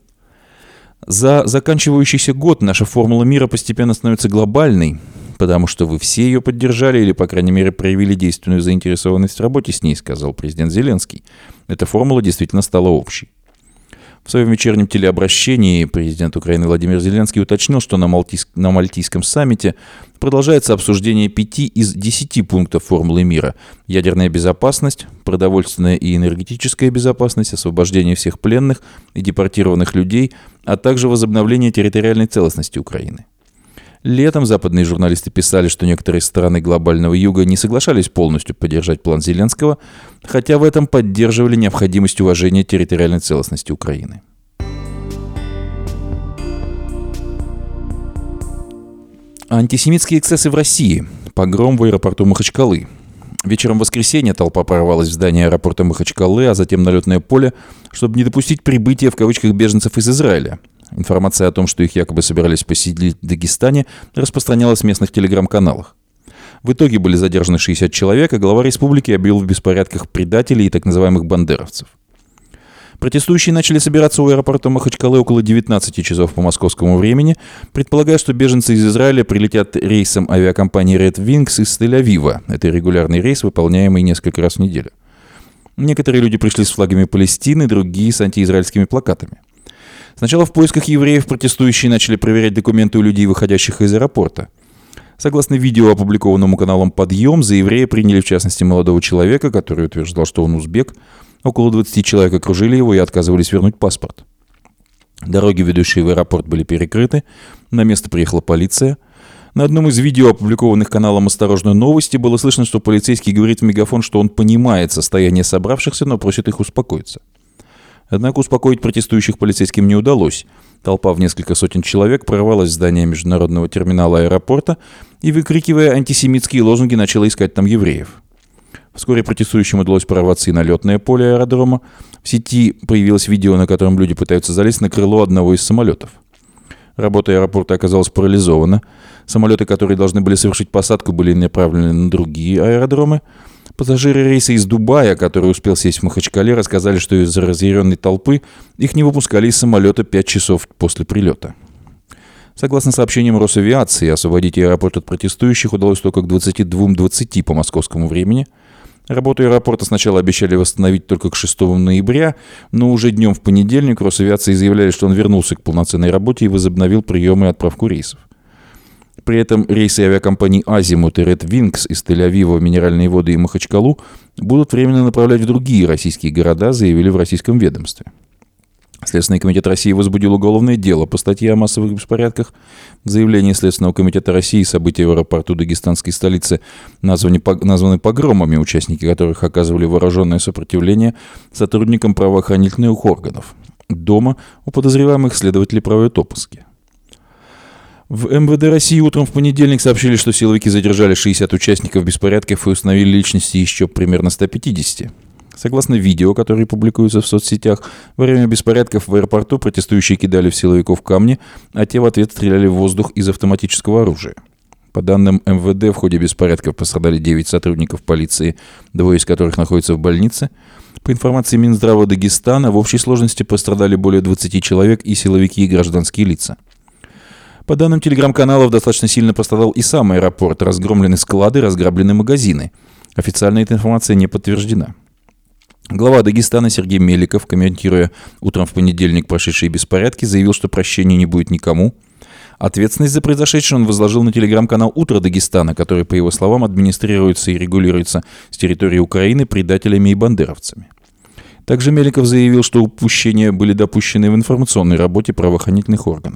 За заканчивающийся год наша формула мира постепенно становится глобальной, потому что вы все ее поддержали или, по крайней мере, проявили действенную заинтересованность в работе с ней, сказал президент Зеленский. Эта формула действительно стала общей. В своем вечернем телеобращении президент Украины Владимир Зеленский уточнил, что на Мальтийском саммите продолжается обсуждение 5 из 10 пунктов формулы мира: ядерная безопасность, продовольственная и энергетическая безопасность, освобождение всех пленных и депортированных людей, а также возобновление территориальной целостности Украины. Летом западные журналисты писали, что некоторые страны глобального юга не соглашались полностью поддержать план Зеленского, хотя в этом поддерживали необходимость уважения территориальной целостности Украины. Антисемитские эксцессы в России. Погром в аэропорту Махачкалы. Вечером в воскресенье толпа прорвалась в здание аэропорта Махачкалы, а затем на летное поле, чтобы не допустить прибытия в кавычках беженцев из Израиля. Информация о том, что их якобы собирались поселить в Дагестане, распространялась в местных телеграм-каналах. В итоге были задержаны 60 человек, а глава республики объявил в беспорядках предателей и так называемых бандеровцев. Протестующие начали собираться у аэропорта Махачкалы около 19 часов по московскому времени, предполагая, что беженцы из Израиля прилетят рейсом авиакомпании Red Wings из Тель-Авива. Это регулярный рейс, выполняемый несколько раз в неделю. Некоторые люди пришли с флагами Палестины, другие с антиизраильскими плакатами. Сначала в поисках евреев протестующие начали проверять документы у людей, выходящих из аэропорта. Согласно видео, опубликованному каналом «Подъем», за еврея приняли, в частности, молодого человека, который утверждал, что он узбек. Около 20 человек окружили его и отказывались вернуть паспорт. Дороги, ведущие в аэропорт, были перекрыты. На место приехала полиция. На одном из видео, опубликованных каналом «Осторожные новости», было слышно, что полицейский говорит в мегафон, что он понимает состояние собравшихся, но просит их успокоиться. Однако успокоить протестующих полицейским не удалось. Толпа в несколько сотен человек прорвалась в здание международного терминала аэропорта и, выкрикивая антисемитские лозунги, начала искать там евреев. Вскоре протестующим удалось прорваться и на летное поле аэродрома. В сети появилось видео, на котором люди пытаются залезть на крыло одного из самолетов. Работа аэропорта оказалась парализована. Самолеты, которые должны были совершить посадку, были направлены на другие аэродромы. Пассажиры рейса из Дубая, который успел сесть в Махачкале, рассказали, что из-за разъяренной толпы их не выпускали из самолета 5 часов после прилета. Согласно сообщениям Росавиации, освободить аэропорт от протестующих удалось только к 22:20 по московскому времени. Работу аэропорта сначала обещали восстановить только к 6 ноября, но уже днем в понедельник Росавиации заявляли, что он вернулся к полноценной работе и возобновил прием и отправку рейсов. При этом рейсы авиакомпаний «Азимут» и «Red Wings» из Тель-Авива, Минеральные воды и Махачкалу будут временно направлять в другие российские города, заявили в российском ведомстве. Следственный комитет России возбудил уголовное дело по статье о массовых беспорядках. В заявлении Следственного комитета России события в аэропорту дагестанской столицы названы погромами, участники которых оказывали вооруженное сопротивление сотрудникам правоохранительных органов. Дома у подозреваемых следователи проводят обыски. В МВД России утром в понедельник сообщили, что силовики задержали 60 участников беспорядков и установили личности еще примерно 150. Согласно видео, которые публикуются в соцсетях, во время беспорядков в аэропорту протестующие кидали в силовиков камни, а те в ответ стреляли в воздух из автоматического оружия. По данным МВД, в ходе беспорядков пострадали 9 сотрудников полиции, 2 из которых находятся в больнице. По информации Минздрава Дагестана, в общей сложности пострадали более 20 человек и силовики, и гражданские лица. По данным телеграм-каналов, достаточно сильно пострадал и сам аэропорт, разгромлены склады, разграблены магазины. Официально эта информация не подтверждена. Глава Дагестана Сергей Меликов, комментируя утром в понедельник прошедшие беспорядки, заявил, что прощения не будет никому. Ответственность за произошедшее он возложил на телеграм-канал «Утро Дагестана», который, по его словам, администрируется и регулируется с территории Украины предателями и бандеровцами. Также Меликов заявил, что упущения были допущены в информационной работе правоохранительных органов.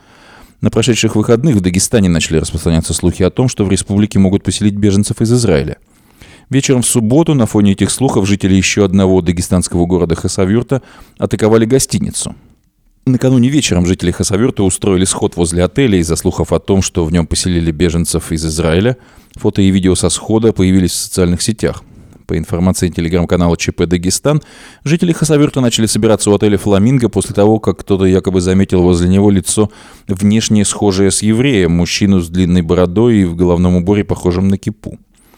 На прошедших выходных в Дагестане начали распространяться слухи о том, что в республике могут поселить беженцев из Израиля. Вечером в субботу на фоне этих слухов жители еще одного дагестанского города Хасавюрта атаковали гостиницу. Накануне вечером жители Хасавюрта устроили сход возле отеля из-за слухов о том, что в нем поселили беженцев из Израиля. Фото и видео со схода появились в социальных сетях. По информации телеграм-канала ЧП Дагестан, жители Хасавюрта начали собираться у отеля «Фламинго» после того, как кто-то якобы заметил возле него лицо, внешне схожее с евреем, мужчину с длинной бородой и в головном уборе, похожем на кипу.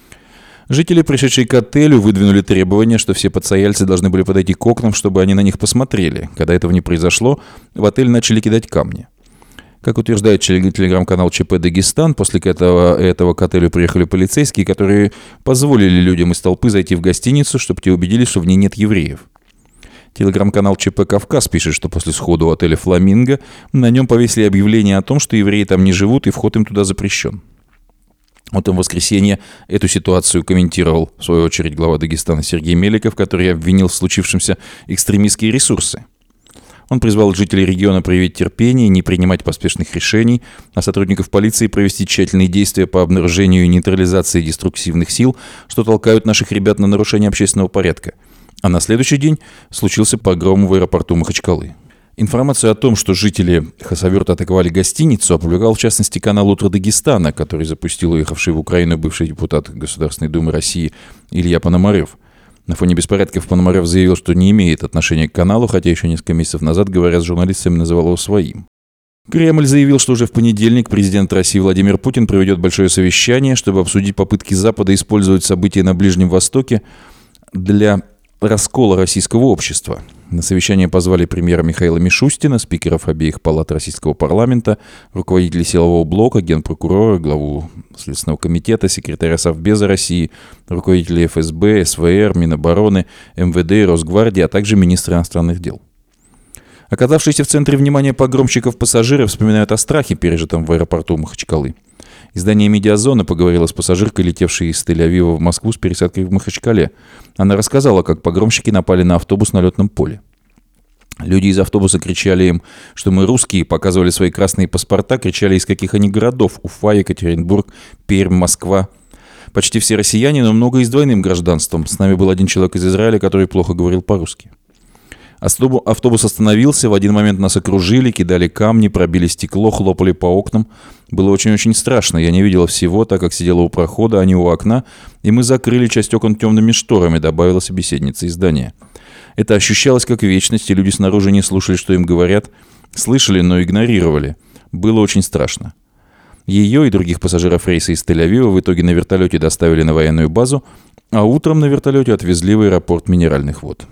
Жители, пришедшие к отелю, выдвинули требование, что все постояльцы должны были подойти к окнам, чтобы они на них посмотрели. Когда этого не произошло, в отель начали кидать камни. Как утверждает телеграм-канал ЧП Дагестан, после этого к отелю приехали полицейские, которые позволили людям из толпы зайти в гостиницу, чтобы те убедились, что в ней нет евреев. Телеграм-канал ЧП Кавказ пишет, что после схода у отеля «Фламинго» на нем повесили объявление о том, что евреи там не живут и вход им туда запрещен. Утром в воскресенье эту ситуацию комментировал, в свою очередь, глава Дагестана Сергей Меликов, который обвинил в случившемся экстремистские ресурсы. Он призвал жителей региона проявить терпение, не принимать поспешных решений, а сотрудников полиции провести тщательные действия по обнаружению и нейтрализации деструктивных сил, что толкают наших ребят на нарушение общественного порядка. А на следующий день случился погром в аэропорту Махачкалы. Информацию о том, что жители Хасавюрта атаковали гостиницу, опубликовал в частности канал «Утро Дагестана», который запустил уехавший в Украину бывший депутат Государственной Думы России Илья Пономарев. На фоне беспорядков Пономарев заявил, что не имеет отношения к каналу, хотя еще несколько месяцев назад, говоря с журналистами, называл его своим. Кремль заявил, что уже в понедельник президент России Владимир Путин проведет большое совещание, чтобы обсудить попытки Запада использовать события на Ближнем Востоке для раскола российского общества. На совещание позвали премьера Михаила Мишустина, спикеров обеих палат российского парламента, руководителей силового блока, генпрокурора, главу Следственного комитета, секретаря Совбеза России, руководителей ФСБ, СВР, Минобороны, МВД и Росгвардии, а также министра иностранных дел. Оказавшиеся в центре внимания погромщиков пассажиры вспоминают о страхе, пережитом в аэропорту Махачкалы. Издание «Медиазона» поговорило с пассажиркой, летевшей из Тель-Авива в Москву с пересадкой в Махачкале. Она рассказала, как погромщики напали на автобус на летном поле. Люди из автобуса кричали им, что мы русские, показывали свои красные паспорта, кричали, из каких они городов – Уфа, Екатеринбург, Пермь, Москва. Почти все россияне, но много и с двойным гражданством. С нами был один человек из Израиля, который плохо говорил по-русски. Автобус остановился, в один момент нас окружили, кидали камни, пробили стекло, хлопали по окнам. Было очень-очень страшно, я не видела всего, так как сидела у прохода, а не у окна, и мы закрыли часть окон темными шторами, добавила собеседница издания. Это ощущалось как вечность, и люди снаружи не слушали, что им говорят, слышали, но игнорировали. Было очень страшно. Ее и других пассажиров рейса из Тель-Авива в итоге на вертолете доставили на военную базу, а утром на вертолете отвезли в аэропорт Минеральных вод.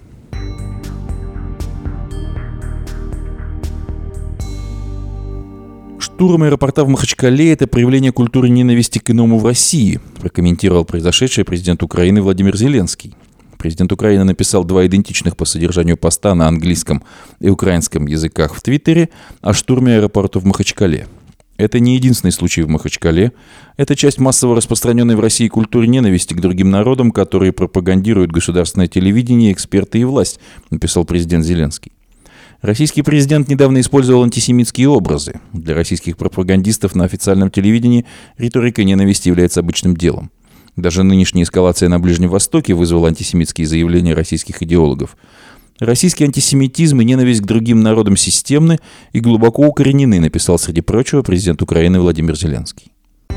Штурм аэропорта в Махачкале – это проявление культуры ненависти к иному в России, прокомментировал произошедшее президент Украины Владимир Зеленский. Президент Украины написал 2 идентичных по содержанию поста на английском и украинском языках в Твиттере о штурме аэропорта в Махачкале. Это не единственный случай в Махачкале. Это часть массово распространенной в России культуры ненависти к другим народам, которые пропагандируют государственное телевидение, эксперты и власть, написал президент Зеленский. Российский президент недавно использовал антисемитские образы. Для российских пропагандистов на официальном телевидении риторика ненависти является обычным делом. Даже нынешняя эскалация на Ближнем Востоке вызвала антисемитские заявления российских идеологов. Российский антисемитизм и ненависть к другим народам системны и глубоко укоренены, написал, среди прочего, президент Украины Владимир Зеленский.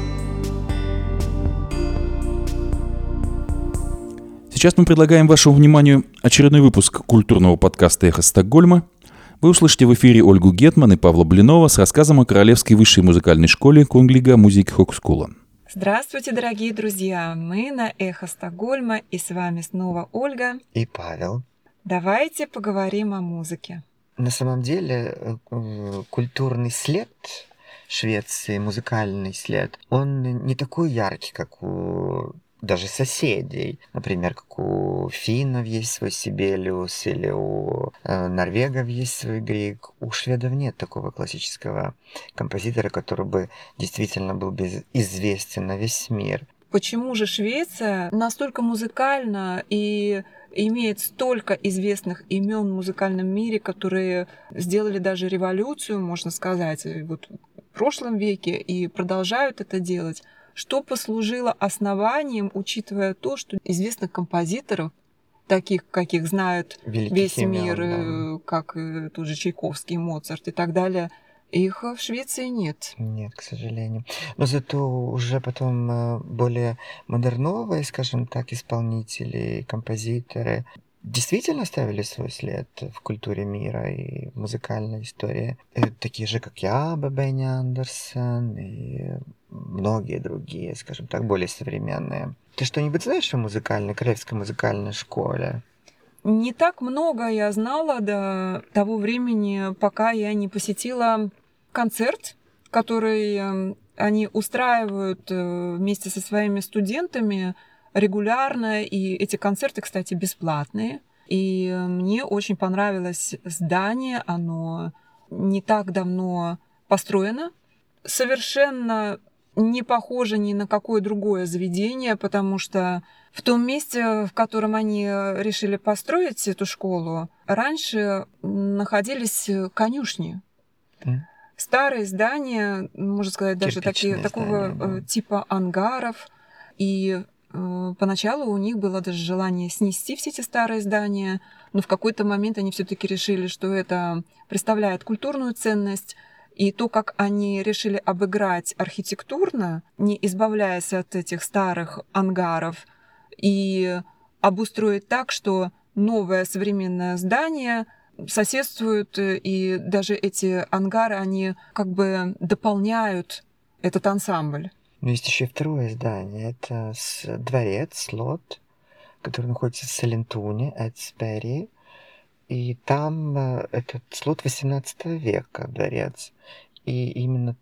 Сейчас мы предлагаем вашему вниманию очередной выпуск культурного подкаста «Эхо Стокгольма». Вы услышите в эфире Ольгу Гетман и Павла Блинова с рассказом о Королевской высшей музыкальной школе Kungliga Musikhögskolan. Здравствуйте, дорогие друзья! Мы на «Эхо Стокгольма» и с вами снова Ольга и Павел. Давайте поговорим о музыке. На самом деле культурный след Швеции, музыкальный след, он не такой яркий, как у даже соседей. Например, как у финнов есть свой Сибелиус или у норвегов есть свой Григ. У шведов нет такого классического композитора, который бы действительно был известен на весь мир. Почему же Швеция настолько музыкальна и имеет столько известных имен в музыкальном мире, которые сделали даже революцию, можно сказать, вот в прошлом веке и продолжают это делать? Что послужило основанием, учитывая то, что известных композиторов, таких, каких знает весь мир, да, как тот же Чайковский, Моцарт и так далее, их в Швеции нет. Нет, к сожалению. Но зато уже потом более модерновые, скажем так, исполнители, композиторы действительно оставили свой след в культуре мира и в музыкальной истории. Такие же, как я, Бенни Андерсон и многие другие, скажем так, более современные. Ты что-нибудь знаешь о Королевской музыкальной школе? Не так много я знала до того времени, пока я не посетила концерт, который они устраивают вместе со своими студентами регулярно, и эти концерты, кстати, бесплатные. И мне очень понравилось здание, оно не так давно построено, совершенно не похоже ни на какое другое заведение, потому что в том месте, в котором они решили построить эту школу, раньше находились конюшни. Старые здания, можно сказать, даже такого типа ангаров. И поначалу у них было даже желание снести все эти старые здания, но в какой-то момент они все-таки решили, что это представляет культурную ценность. И то, как они решили обыграть архитектурно, не избавляясь от этих старых ангаров, и обустроить так, что новое современное здание соседствует, и даже эти ангары, они как бы дополняют этот ансамбль. Но есть еще второе здание. Это дворец, слот, который находится в Солентуне, Эдсбери. И там этот слот 18 века, дворец. И именно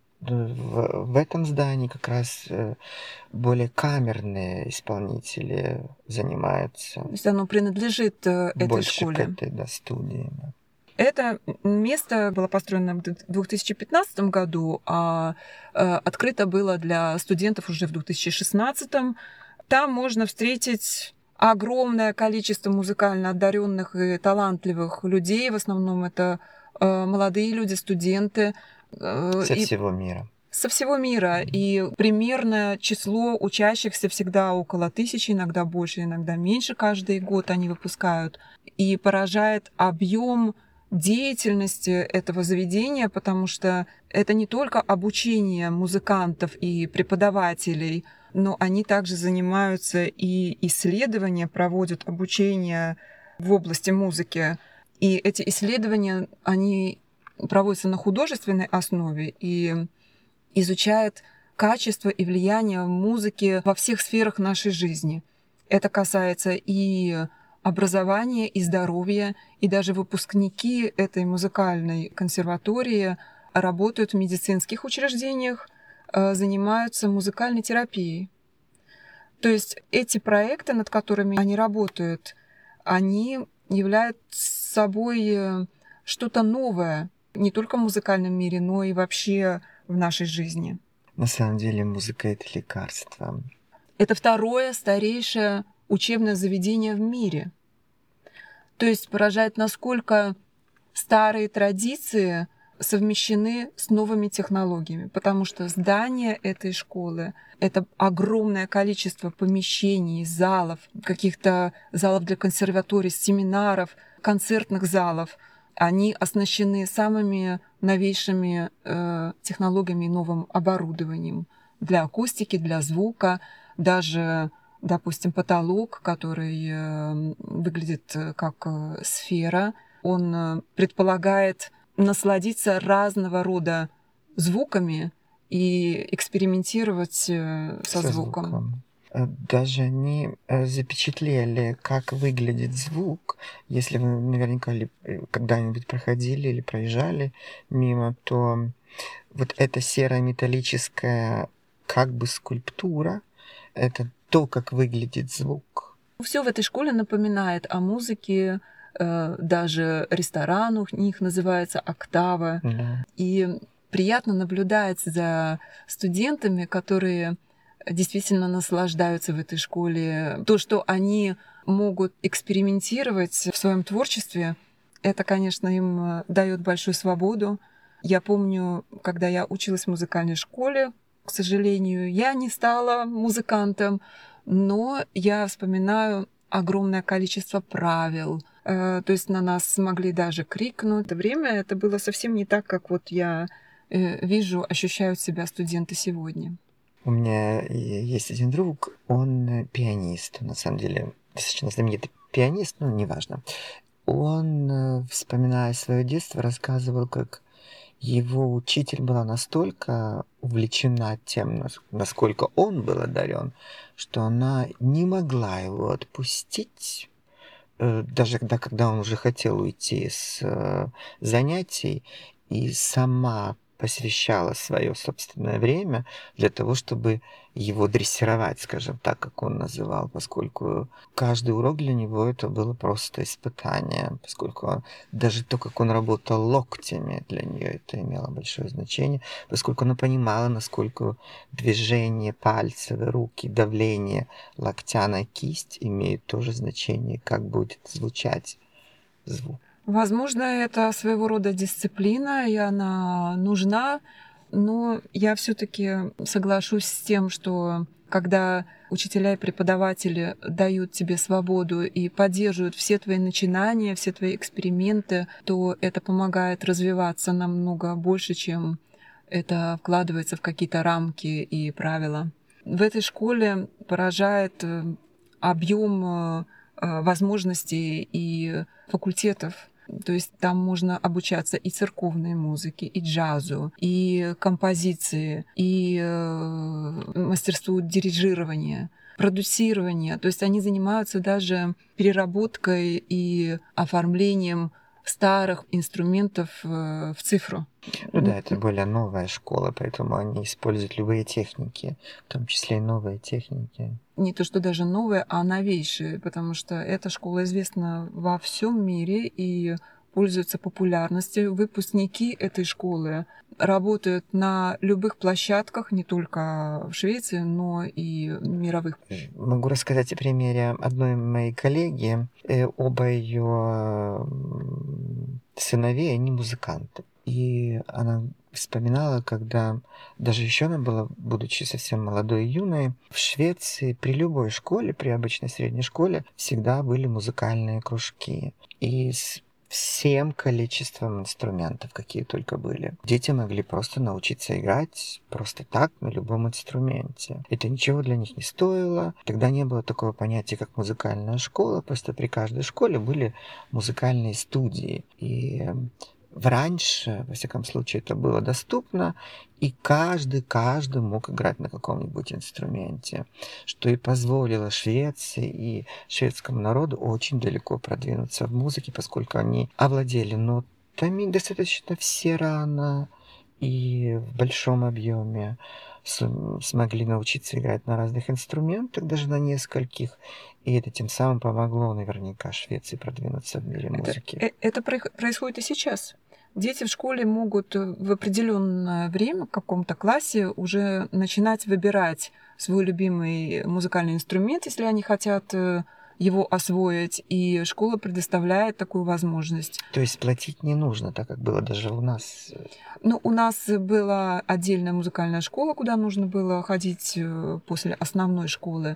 в этом здании как раз более камерные исполнители занимаются. То есть оно принадлежит этой больше школе. К этой студии. Да. Это место было построено в 2015 году, а открыто было для студентов уже в 2016. Там можно встретить огромное количество музыкально одаренных и талантливых людей. В основном это молодые люди, студенты. Со всего мира. Со всего мира. И примерное число учащихся всегда около 1000, иногда больше, иногда меньше. Каждый год они выпускают. И поражает объем деятельности этого заведения, потому что это не только обучение музыкантов и преподавателей, но они также занимаются и исследования, проводят обучение в области музыки. И эти исследования, они проводятся на художественной основе и изучают качество и влияние музыки во всех сферах нашей жизни. Это касается и образования, и здоровья, и даже выпускники этой музыкальной консерватории работают в медицинских учреждениях, занимаются музыкальной терапией. То есть эти проекты, над которыми они работают, они являются собой что-то новое, не только в музыкальном мире, но и вообще в нашей жизни. На самом деле музыка — это лекарство. Это второе старейшее учебное заведение в мире. То есть поражает, насколько старые традиции совмещены с новыми технологиями, потому что здание этой школы — это огромное количество помещений, залов, каких-то залов для консерваторий, семинаров, концертных залов. Они оснащены самыми новейшими технологиями и новым оборудованием для акустики, для звука. Даже, допустим, потолок, который выглядит как сфера, он предполагает насладиться разного рода звуками и экспериментировать со звуком. Даже они запечатлели, как выглядит звук. Если вы наверняка когда-нибудь проходили или проезжали мимо, то вот эта серая металлическая как бы скульптура, это то, как выглядит звук. Все в этой школе напоминает о музыке, даже ресторан у них называется «Октава». Да. И приятно наблюдать за студентами, которые действительно наслаждаются в этой школе. То, что они могут экспериментировать в своем творчестве, это, конечно, им дает большую свободу. Я помню, когда я училась в музыкальной школе, к сожалению, я не стала музыкантом, но я вспоминаю огромное количество правил. То есть на нас могли даже крикнуть. Это время это было совсем не так, как вот я вижу, ощущают себя студенты сегодня. У меня есть один друг, он пианист, на самом деле, достаточно знаменитый пианист, но неважно. Он, вспоминая свое детство, рассказывал, как его учитель была настолько увлечена тем, насколько он был одарен, что она не могла его отпустить, даже когда он уже хотел уйти с занятий, и сама посвящала свое собственное время для того, чтобы его дрессировать, скажем так, как он называл, поскольку каждый урок для него это было просто испытание, поскольку даже то, как он работал локтями, для нее это имело большое значение, поскольку она понимала, насколько движение пальцев, руки, давление локтя на кисть имеет тоже значение, как будет звучать звук. Возможно, это своего рода дисциплина, и она нужна, но я все-таки соглашусь с тем, что когда учителя и преподаватели дают тебе свободу и поддерживают все твои начинания, все твои эксперименты, то это помогает развиваться намного больше, чем это вкладывается в какие-то рамки и правила. В этой школе поражает объем возможностей и факультетов. То есть там можно обучаться и церковной музыке, и джазу, и композиции, и мастерству дирижирования, продюсирования. То есть они занимаются даже переработкой и оформлением старых инструментов в цифру. Ну да, это более новая школа, поэтому они используют любые техники, в том числе и новые техники. Не то, что даже новые, а новейшие, потому что эта школа известна во всем мире и пользуется популярностью. Выпускники этой школы работают на любых площадках, не только в Швеции, но и мировых. Могу рассказать о примере одной моей коллеги. Оба ее сыновей, они музыканты. И она вспоминала, когда даже еще она была, будучи совсем молодой и юной, в Швеции при любой школе, при обычной средней школе, всегда были музыкальные кружки. И с всем количеством инструментов, какие только были. Дети могли просто научиться играть просто так на любом инструменте. Это ничего для них не стоило. Тогда не было такого понятия, как музыкальная школа. Просто при каждой школе были музыкальные студии. И раньше, во всяком случае, это было доступно, и каждый мог играть на каком-нибудь инструменте, что и позволило Швеции и шведскому народу очень далеко продвинуться в музыке, поскольку они овладели нотами достаточно все рано и в большом объеме смогли научиться играть на разных инструментах, даже на нескольких, и это тем самым помогло наверняка Швеции продвинуться в мире музыки. Это происходит и сейчас. Дети в школе могут в определенное время, в каком-то классе, уже начинать выбирать свой любимый музыкальный инструмент, если они хотят его освоить, и школа предоставляет такую возможность. То есть платить не нужно, так как было даже у нас? Ну, у нас была отдельная музыкальная школа, куда нужно было ходить после основной школы.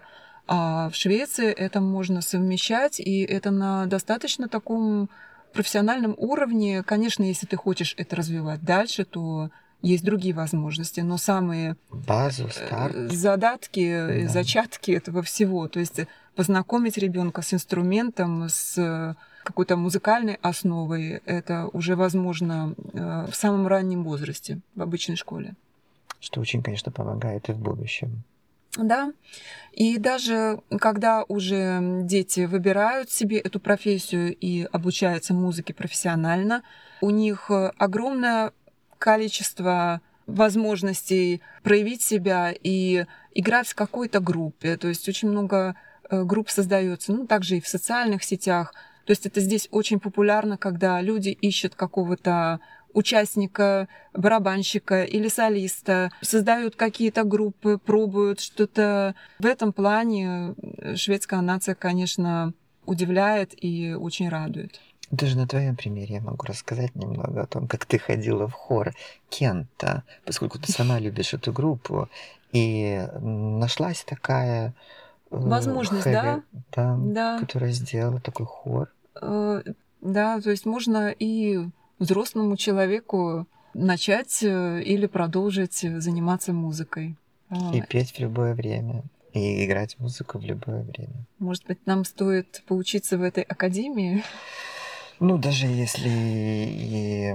А в Швеции это можно совмещать, и это на достаточно таком профессиональном уровне. Конечно, если ты хочешь это развивать дальше, то есть другие возможности, но самые Базу, старт. задатки, Да. зачатки этого всего, то есть познакомить ребенка с инструментом, с какой-то музыкальной основой, это уже возможно в самом раннем возрасте, в обычной школе. Что очень, конечно, помогает и в будущем. Да, и даже когда уже дети выбирают себе эту профессию и обучаются музыке профессионально, у них огромное количество возможностей проявить себя и играть в какой-то группе. То есть очень много групп создается, ну, также и в социальных сетях. То есть это здесь очень популярно, когда люди ищут какого-то участника, барабанщика или солиста, создают какие-то группы, пробуют что-то. В этом плане шведская нация, конечно, удивляет и очень радует. Даже на твоем примере я могу рассказать немного о том, как ты ходила в хор Кента, поскольку ты сама любишь эту группу, и нашлась такая возможность, да, да, которая сделала такой хор. Да, то есть можно и взрослому человеку начать или продолжить заниматься музыкой. И петь в любое время, и играть музыку в любое время. Может быть, нам стоит поучиться в этой академии? Ну, даже если и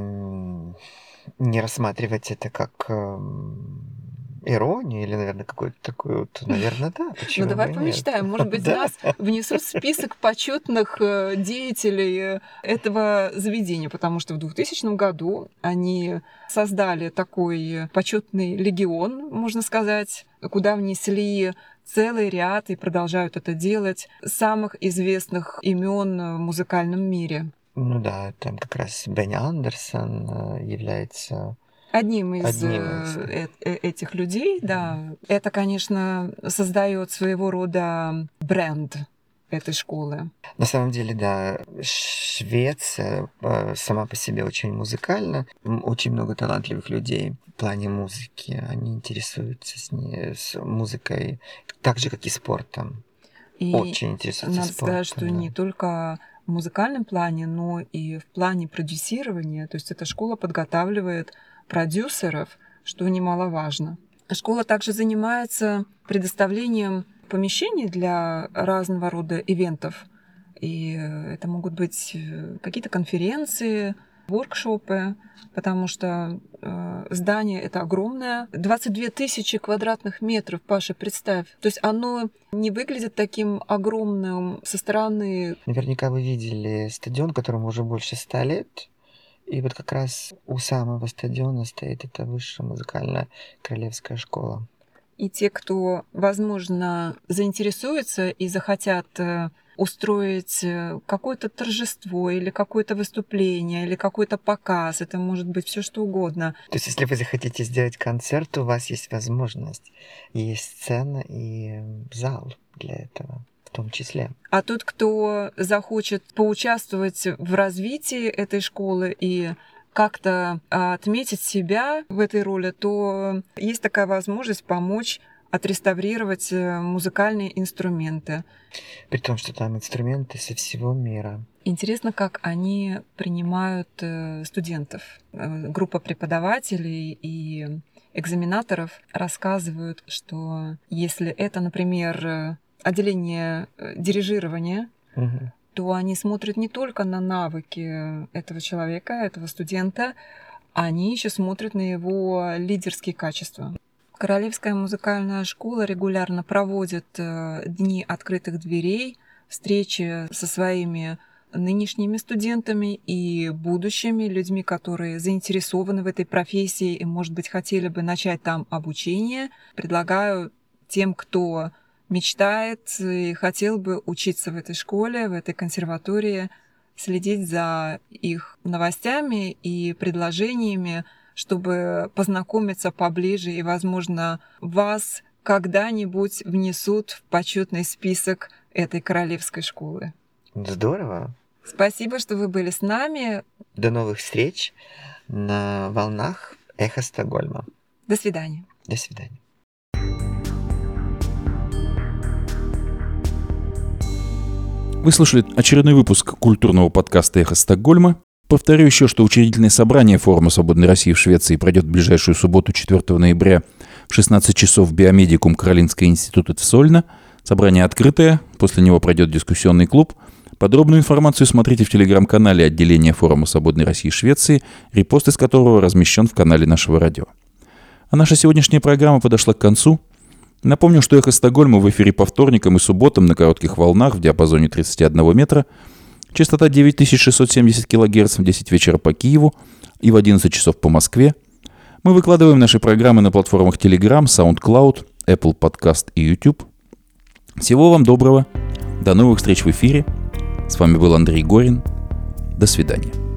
не рассматривать это как иронию или, наверное, какую-то такую, то, наверное, да. Почему Ну, давай бы помечтаем. нет? Может быть, Да. нас внесут в список почетных деятелей этого заведения, потому что в 2000 году они создали такой почетный легион, можно сказать, куда внесли целый ряд и продолжают это делать самых известных имен в музыкальном мире. Ну да, там как раз Бенни Андерсон является Одним из одним этих людей, да, это, конечно, создает своего рода бренд этой школы. На самом деле, да, Швеция сама по себе очень музыкальна. Очень много талантливых людей в плане музыки. Они интересуются с музыкой так же, как и спортом. И Очень интересуются надо спортом. сказать, что да. не только в музыкальном плане, но и в плане продюсирования. То есть эта школа подготавливает продюсеров, что немаловажно. Школа также занимается предоставлением помещений для разного рода ивентов. И это могут быть какие-то конференции, воркшопы, потому что здание это огромное. 22 тысячи квадратных метров, Паша, представь. То есть оно не выглядит таким огромным со стороны. Наверняка вы видели стадион, которому уже больше 100 лет. И вот как раз у самого стадиона стоит эта высшая музыкальная королевская школа. И те, кто, возможно, заинтересуются и захотят устроить какое-то торжество или какое-то выступление, или какой-то показ, это может быть все что угодно. То есть, если вы захотите сделать концерт, у вас есть возможность. Есть сцена и зал для этого в том числе. А тот, кто захочет поучаствовать в развитии этой школы и как-то отметить себя в этой роли, то есть такая возможность помочь отреставрировать музыкальные инструменты. При том, что там инструменты со всего мира. Интересно, как они принимают студентов. Группа преподавателей и экзаменаторов рассказывают, что если это, например, отделение дирижирования, то они смотрят не только на навыки этого человека, этого студента, они еще смотрят на его лидерские качества. Королевская музыкальная школа регулярно проводит дни открытых дверей, встречи со своими нынешними студентами и будущими людьми, которые заинтересованы в этой профессии и, может быть, хотели бы начать там обучение. Предлагаю тем, кто мечтает и хотел бы учиться в этой школе, в этой консерватории, следить за их новостями и предложениями, чтобы познакомиться поближе и, возможно, вас когда-нибудь внесут в почетный список этой королевской школы. Здорово. Спасибо, что вы были с нами. До новых встреч на волнах Эхо Стокгольма. До свидания. До свидания. Вы слушали очередной выпуск культурного подкаста «Эхо Стокгольма». Повторю еще, что учредительное собрание Форума Свободной России в Швеции пройдет в ближайшую субботу, 4 ноября в 16 часов в Биомедикум Каролинского института в Сольно. Собрание открытое, после него пройдет дискуссионный клуб. Подробную информацию смотрите в телеграм-канале отделения Форума Свободной России Швеции, репост из которого размещен в канале нашего радио. А наша сегодняшняя программа подошла к концу. Напомню, что «Эхо Стокгольма» в эфире по вторникам и субботам на коротких волнах в диапазоне 31 метра. Частота 9670 кГц в 10 вечера по Киеву и в 11 часов по Москве. Мы выкладываем наши программы на платформах Telegram, SoundCloud, Apple Podcast и YouTube. Всего вам доброго. До новых встреч в эфире. С вами был Андрей Горин. До свидания.